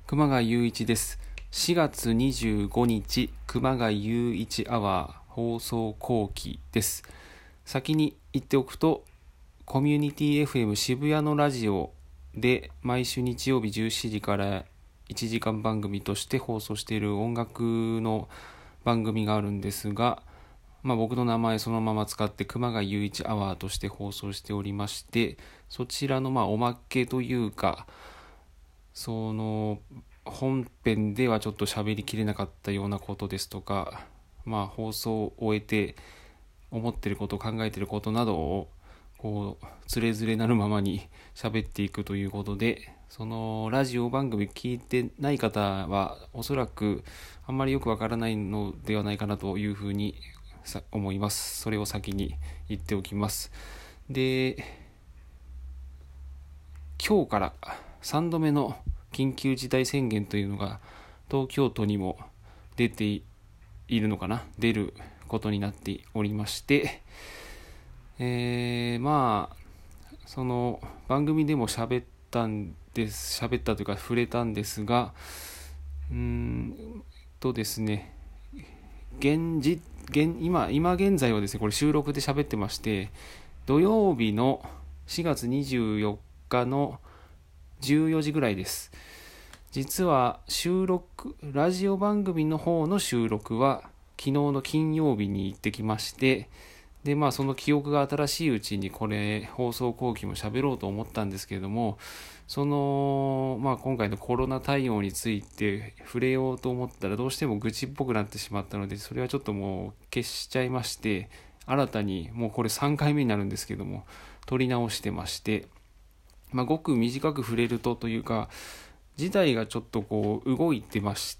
熊谷雄一です。4月25日、熊谷雄一アワー放送後期です。先に言っておくと、コミュニティ FM 渋谷のラジオで毎週日曜日17時から1時間番組として放送している音楽の番組があるんですが、僕の名前そのまま使って熊谷雄一アワーとして放送しておりまして、そちらのおまけというか、その本編ではちょっと喋りきれなかったようなことですとか、放送を終えて思っていること考えていることなどをつれづれなるままに喋っていくということで、そのラジオ番組聞いてない方はおそらくあんまりよくわからないのではないかなというふうに思います。それを先に言っておきます。で、今日から3度目の緊急事態宣言というのが東京都にも出ているのかな、出ることになっておりまして、その番組でも喋ったというか触れたんですが、ですね、今現在はですね、これ収録で喋ってまして、土曜日の4月24日の14時ぐらいです。実はラジオ番組の方の収録は昨日の金曜日に行ってきまして、でその記憶が新しいうちにこれ放送後期も喋ろうと思ったんですけれども、その今回のコロナ対応について触れようと思ったらどうしても愚痴っぽくなってしまったので、それはちょっともう消しちゃいまして、新たにもうこれ3回目になるんですけども撮り直してまして、ごく短く触れるというか、事態がちょっと動いてまして、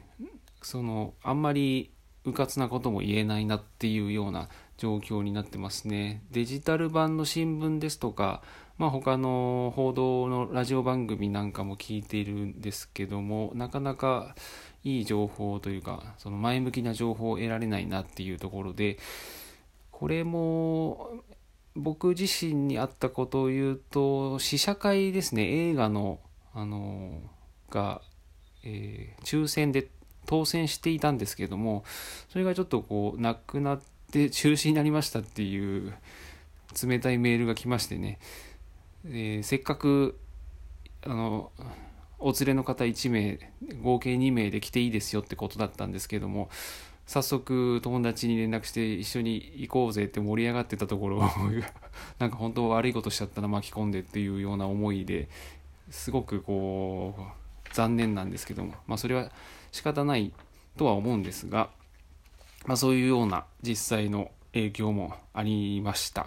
あんまりうかつなことも言えないなっていうような状況になってますね。デジタル版の新聞ですとか、他の報道のラジオ番組なんかも聞いているんですけども、なかなかいい情報というか、その前向きな情報を得られないなっていうところで、これも僕自身にあったことを言うと、試写会ですね、映画のが、抽選で当選していたんですけども、それがちょっとなくなって中止になりましたっていう冷たいメールが来ましてね、せっかくお連れの方1名合計2名で来ていいですよってことだったんですけども、早速友達に連絡して一緒に行こうぜって盛り上がってたところなんか本当悪いことしちゃったな、巻き込んでっていうような思いですごく残念なんですけども、それは仕方ないとは思うんですが、そういうような実際の影響もありました。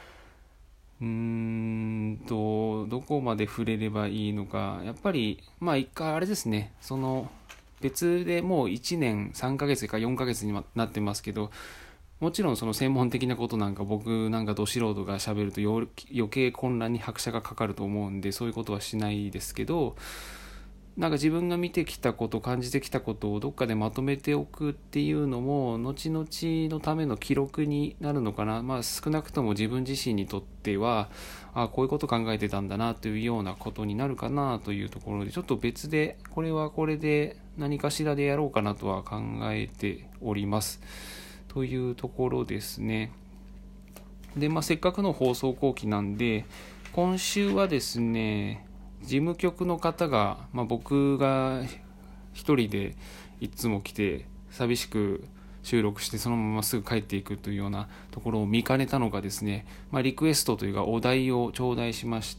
どこまで触れればいいのか、やっぱり一回あれですね、その別でもう1年3ヶ月か4ヶ月になってますけど、もちろんその専門的なことなんか僕なんかど素人が喋ると余計混乱に拍車がかかると思うんで、そういうことはしないですけど、なんか自分が見てきたこと感じてきたことをどっかでまとめておくっていうのも後々のための記録になるのかな。少なくとも自分自身にとってはこういうこと考えてたんだなというようなことになるかなというところで、ちょっと別でこれはこれで何かしらでやろうかなとは考えておりますというところですね。でせっかくの放送後期なんで、今週はですね、事務局の方が、僕が一人でいつも来て寂しく収録してそのまますぐ帰っていくというようなところを見かねたのがですね、リクエストというかお題を頂戴しまして、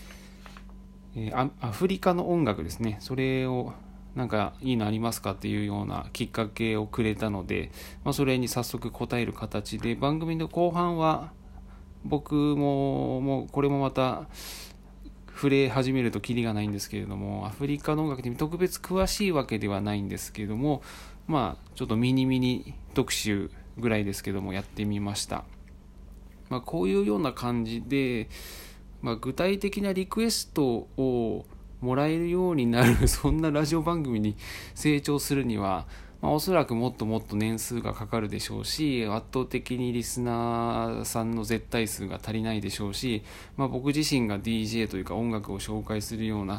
アフリカの音楽ですね、それをなんかいいのありますかっていうようなきっかけをくれたので、それに早速答える形で、番組の後半は僕もこれもまた触れ始めるとキリがないんですけれども、アフリカの音楽に特別詳しいわけではないんですけれども、ちょっとミニ特集ぐらいですけどもやってみました。こういうような感じで、具体的なリクエストをもらえるようになるそんなラジオ番組に成長するには、おそらくもっともっと年数がかかるでしょうし、圧倒的にリスナーさんの絶対数が足りないでしょうし、僕自身が DJ というか音楽を紹介するような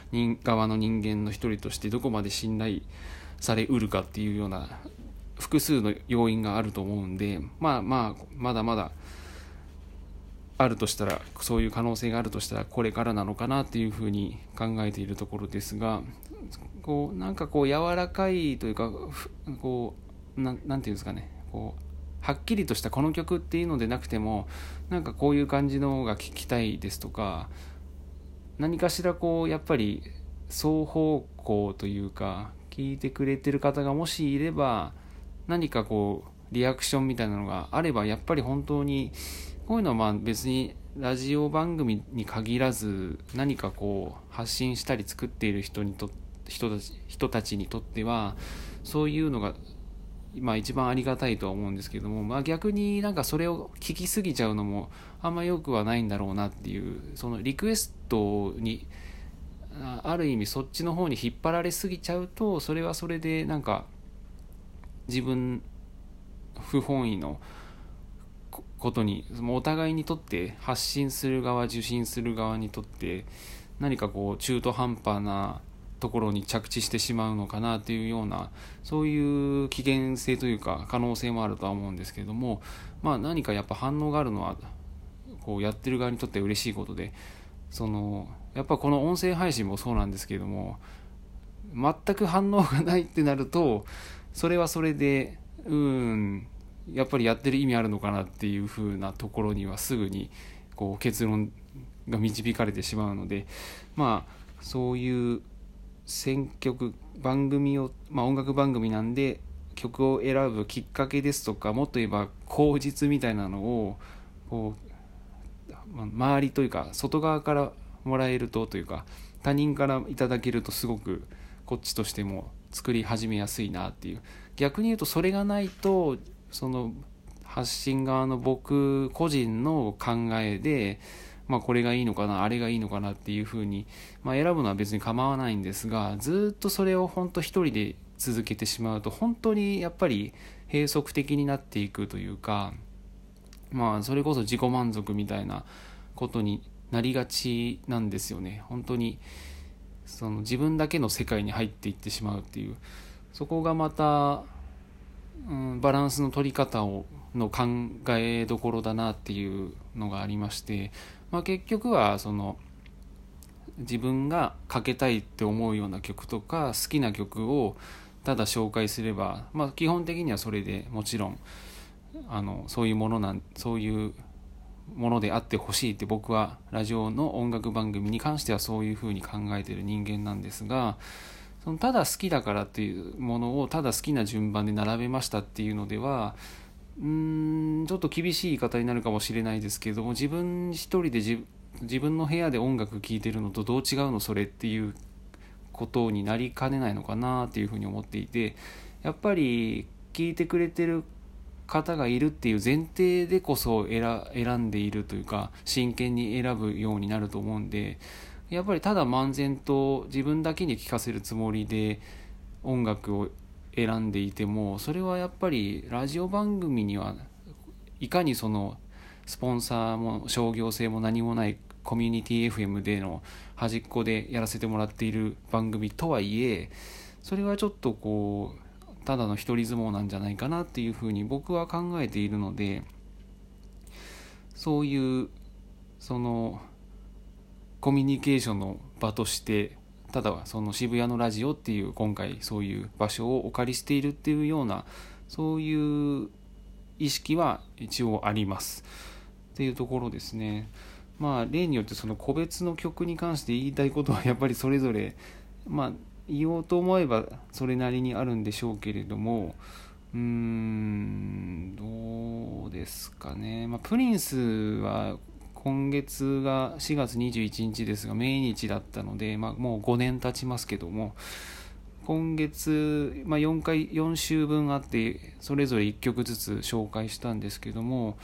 側の人間の一人としてどこまで信頼されうるかっていうような複数の要因があると思うんで、まだまだあるとしたら、そういう可能性があるとしたらこれからなのかなっていうふうに考えているところですが、なんか柔らかいというか、なんていうんですかね、はっきりとしたこの曲っていうのでなくても、なんかこういう感じのが聴きたいですとか、何かしらやっぱり双方向というか、聞いてくれてる方がもしいれば、何かリアクションみたいなのがあれば、やっぱり本当にこういうのは別にラジオ番組に限らず、何か発信したり作っている人たちにとっては、そういうのが一番ありがたいとは思うんですけども、逆になんかそれを聞きすぎちゃうのもあんま良くはないんだろうなっていう、そのリクエストにある意味そっちの方に引っ張られすぎちゃうと、それはそれでなんか自分不本意のことに、お互いにとって、発信する側受信する側にとって何か中途半端なところに着地してしまうのかなというような、そういう危険性というか可能性もあるとは思うんですけれども、何かやっぱ反応があるのはやってる側にとって嬉しいことで、やっぱこの音声配信もそうなんですけれども、全く反応がないってなると、それはそれでやっぱりやってる意味あるのかなっていう風なところにはすぐに結論が導かれてしまうので、そういう選曲番組を、音楽番組なんで曲を選ぶきっかけですとか、もっと言えば口実みたいなのを周りというか外側からもらえるというか、他人からいただけるとすごくこっちとしても作り始めやすいなっていう。逆に言うとそれがないと、その発信側の僕個人の考えで、これがいいのかなあれがいいのかなっていう風に、選ぶのは別に構わないんですが、ずっとそれを本当一人で続けてしまうと、本当にやっぱり閉塞的になっていくというか、それこそ自己満足みたいなことになりがちなんですよね。本当にその自分だけの世界に入っていってしまうっていう、そこがまた、バランスの取り方の考えどころだなっていうのがありまして、結局はその自分がかけたいって思うような曲とか好きな曲をただ紹介すれば、基本的にはそれでもちろんそういうものであってほしいって、僕はラジオの音楽番組に関してはそういうふうに考えている人間なんですが、そのただ好きだからっていうものをただ好きな順番で並べましたっていうのでは、ちょっと厳しい言い方になるかもしれないですけども、自分一人で自分の部屋で音楽聴いてるのとどう違うのそれっていうことになりかねないのかなっていうふうに思っていて、やっぱり聴いてくれてる方がいるっていう前提でこそ選んでいるというか、真剣に選ぶようになると思うんで、やっぱりただ漫然と自分だけに聴かせるつもりで音楽を選んでいても、それはやっぱりラジオ番組にはいかにそのスポンサーも商業性も何もないコミュニティ FM での端っこでやらせてもらっている番組とはいえ、それはちょっとただの一人相撲なんじゃないかなっていうふうに僕は考えているので、そういうそのコミュニケーションの場として、ただその渋谷のラジオっていう今回そういう場所をお借りしているっていうような、そういう意識は一応ありますっていうところですね。例によってその個別の曲に関して言いたいことはやっぱりそれぞれ言おうと思えばそれなりにあるんでしょうけれども、どうですかね。プリンスは今月が4月21日ですが命日だったので、もう5年経ちますけども、今月、4週分あってそれぞれ1曲ずつ紹介したんですけども、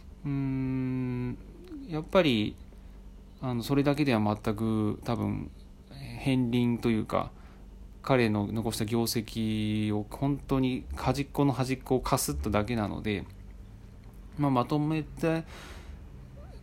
やっぱりそれだけでは全く多分片鱗というか、彼の残した業績を本当に端っこの端っこをかすっただけなので、まとめて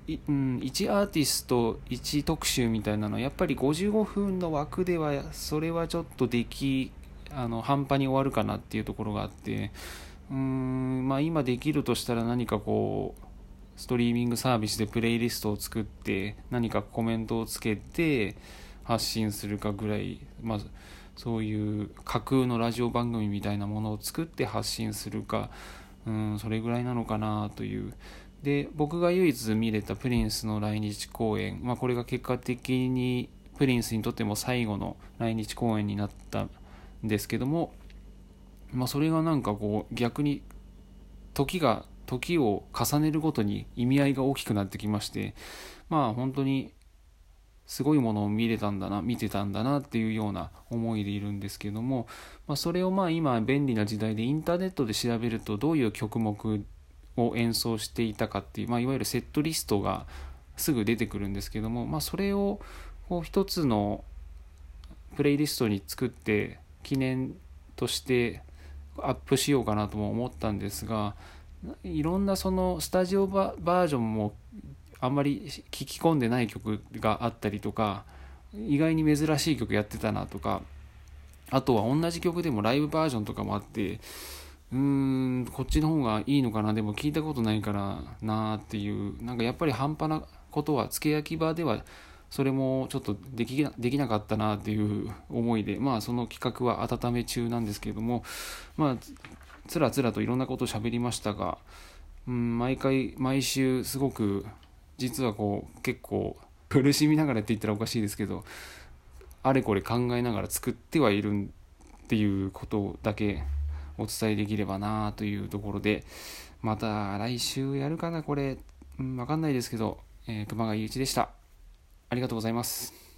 1アーティスト1特集みたいなのはやっぱり55分の枠ではそれはちょっと半端に終わるかなっていうところがあって、今できるとしたら何かこうストリーミングサービスでプレイリストを作って何かコメントをつけて発信するかぐらい、そういう架空のラジオ番組みたいなものを作って発信するか、それぐらいなのかなという。で、僕が唯一見れたプリンスの来日公演、これが結果的にプリンスにとっても最後の来日公演になったんですけども、それがなんかこう逆に時を重ねるごとに意味合いが大きくなってきまして、本当にすごいものを見てたんだなっていうような思いでいるんですけども、それを今便利な時代でインターネットで調べるとどういう曲目を演奏していたかっていう、いわゆるセットリストがすぐ出てくるんですけども、それをこう一つのプレイリストに作って記念としてアップしようかなとも思ったんですが、いろんなそのスタジオバージョンもあんまり聞き込んでない曲があったりとか、意外に珍しい曲やってたなとか、あとは同じ曲でもライブバージョンとかもあって、こっちの方がいいのかな、でも聞いたことないからなっていう、なんかやっぱり半端なことは付け焼き場ではそれもちょっとできなかったなっていう思いで、その企画は温め中なんですけれども、つらつらといろんなことを喋りましたが、毎週すごく実はこう結構苦しみながらって言ったらおかしいですけど、あれこれ考えながら作ってはいるっていうことだけお伝えできればなというところで、また来週やるかなこれ、わかんないですけど、熊谷祐一でした。ありがとうございます。